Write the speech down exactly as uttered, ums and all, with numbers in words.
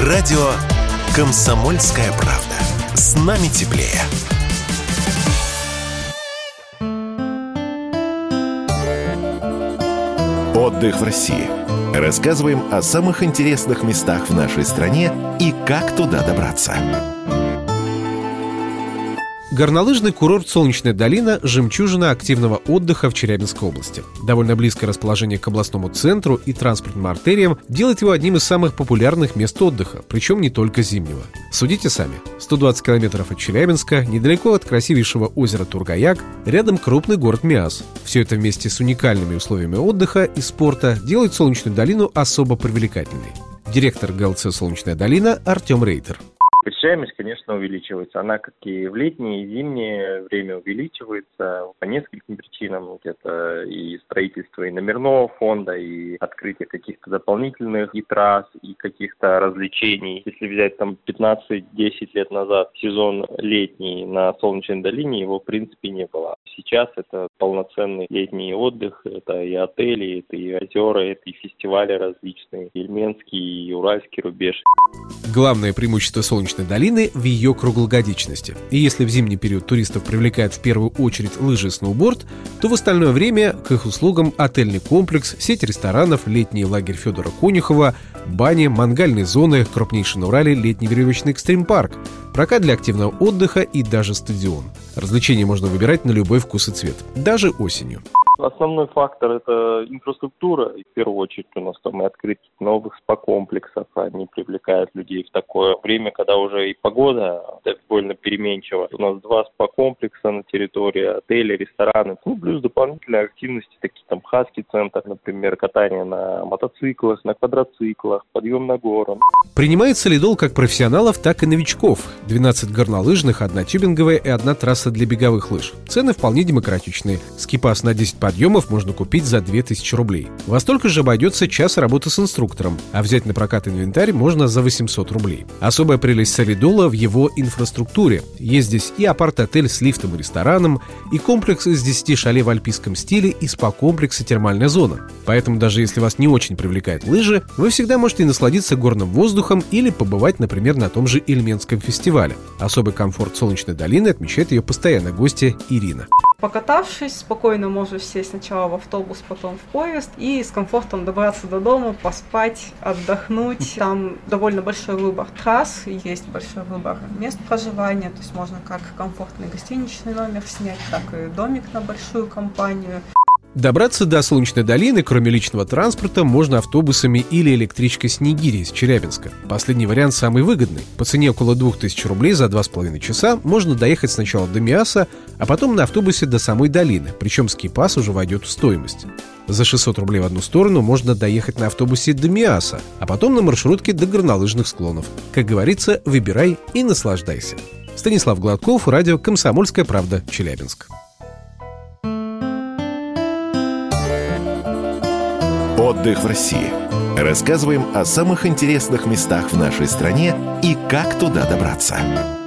Радио «Комсомольская правда». С нами теплее. Отдых в России. Рассказываем о самых интересных местах в нашей стране и как туда добраться. Горнолыжный курорт «Солнечная долина» – жемчужина активного отдыха в Челябинской области. Довольно близкое расположение к областному центру и транспортным артериям делает его одним из самых популярных мест отдыха, причем не только зимнего. Судите сами. сто двадцать километров от Челябинска, недалеко от красивейшего озера Тургаяк, рядом крупный город Миас. Все это вместе с уникальными условиями отдыха и спорта делает «Солнечную долину» особо привлекательной. Директор ГЛЦ «Солнечная долина» Артем Рейтер. Посещаемость, конечно, увеличивается. Она, как и в летнее, и зимнее время, увеличивается по нескольким причинам. Это и строительство и номерного фонда, и открытие каких-то дополнительных и трасс, и каких-то развлечений. Если взять там пятнадцать-десять лет назад сезон летний на Солнечной долине, его в принципе не было. Сейчас это полноценный летний отдых, это и отели, это и озера, это и фестивали различные, Ильменский, и Уральский рубеж. Главное преимущество Солнечной долины в ее круглогодичности. И если в зимний период туристов привлекает в первую очередь лыжи и сноуборд, то в остальное время к их услугам отельный комплекс, сеть ресторанов, летний лагерь Федора Конюхова, бани, мангальные зоны, крупнейший на Урале летний веревочный экстрим-парк, прокат для активного отдыха и даже стадион. Развлечения можно выбирать на любой вкус и цвет, даже осенью. Основной фактор – это инфраструктура. В первую очередь у нас там и открытие новых спа-комплексов. Они привлекают людей в такое время, когда уже и погода довольно переменчива. У нас два спа-комплекса на территории, отели, рестораны. Ну, плюс дополнительные активности, такие там хаски-центр, например, катание на мотоциклах, на квадроциклах, подъем на гору. Принимает солидол как профессионалов, так и новичков. двенадцать горнолыжных, одна тюбинговая и одна трасса для беговых лыж. Цены вполне демократичные. Скипас на десять подъемов можно купить за две тысячи рублей. Во столько же обойдется час работы с инструктором, а взять на прокат инвентарь можно за восемьсот рублей. Особая прелесть солидола в его инфраструктуре. Есть здесь и апарт-отель с лифтом и рестораном, и комплекс из десяти шале в альпийском стиле, и спа-комплекс и термальная зона. Поэтому даже если вас не очень привлекают лыжи, вы всегда можете насладиться горным воздухом или побывать, например, на том же Ильменском фестивале. Особый комфорт Солнечной долины отмечает ее постоянная гостья Ирина. Покатавшись, спокойно можешь сесть сначала в автобус, потом в поезд и с комфортом добраться до дома, поспать, отдохнуть. Там довольно большой выбор трасс, есть большой выбор мест проживания, то есть можно как комфортный гостиничный номер снять, так и домик на большую компанию. Добраться до Солнечной долины, кроме личного транспорта, можно автобусами или электричкой Снегири из Челябинска. Последний вариант самый выгодный. По цене около двух тысяч рублей за два с половиной часа можно доехать сначала до Миаса, а потом на автобусе до самой долины, причем скипас уже войдет в стоимость. За шестьсот рублей в одну сторону можно доехать на автобусе до Миаса, а потом на маршрутке до горнолыжных склонов. Как говорится, выбирай и наслаждайся. Станислав Гладков, радио «Комсомольская правда», Челябинск. Отдых в России. Рассказываем о самых интересных местах в нашей стране и как туда добраться.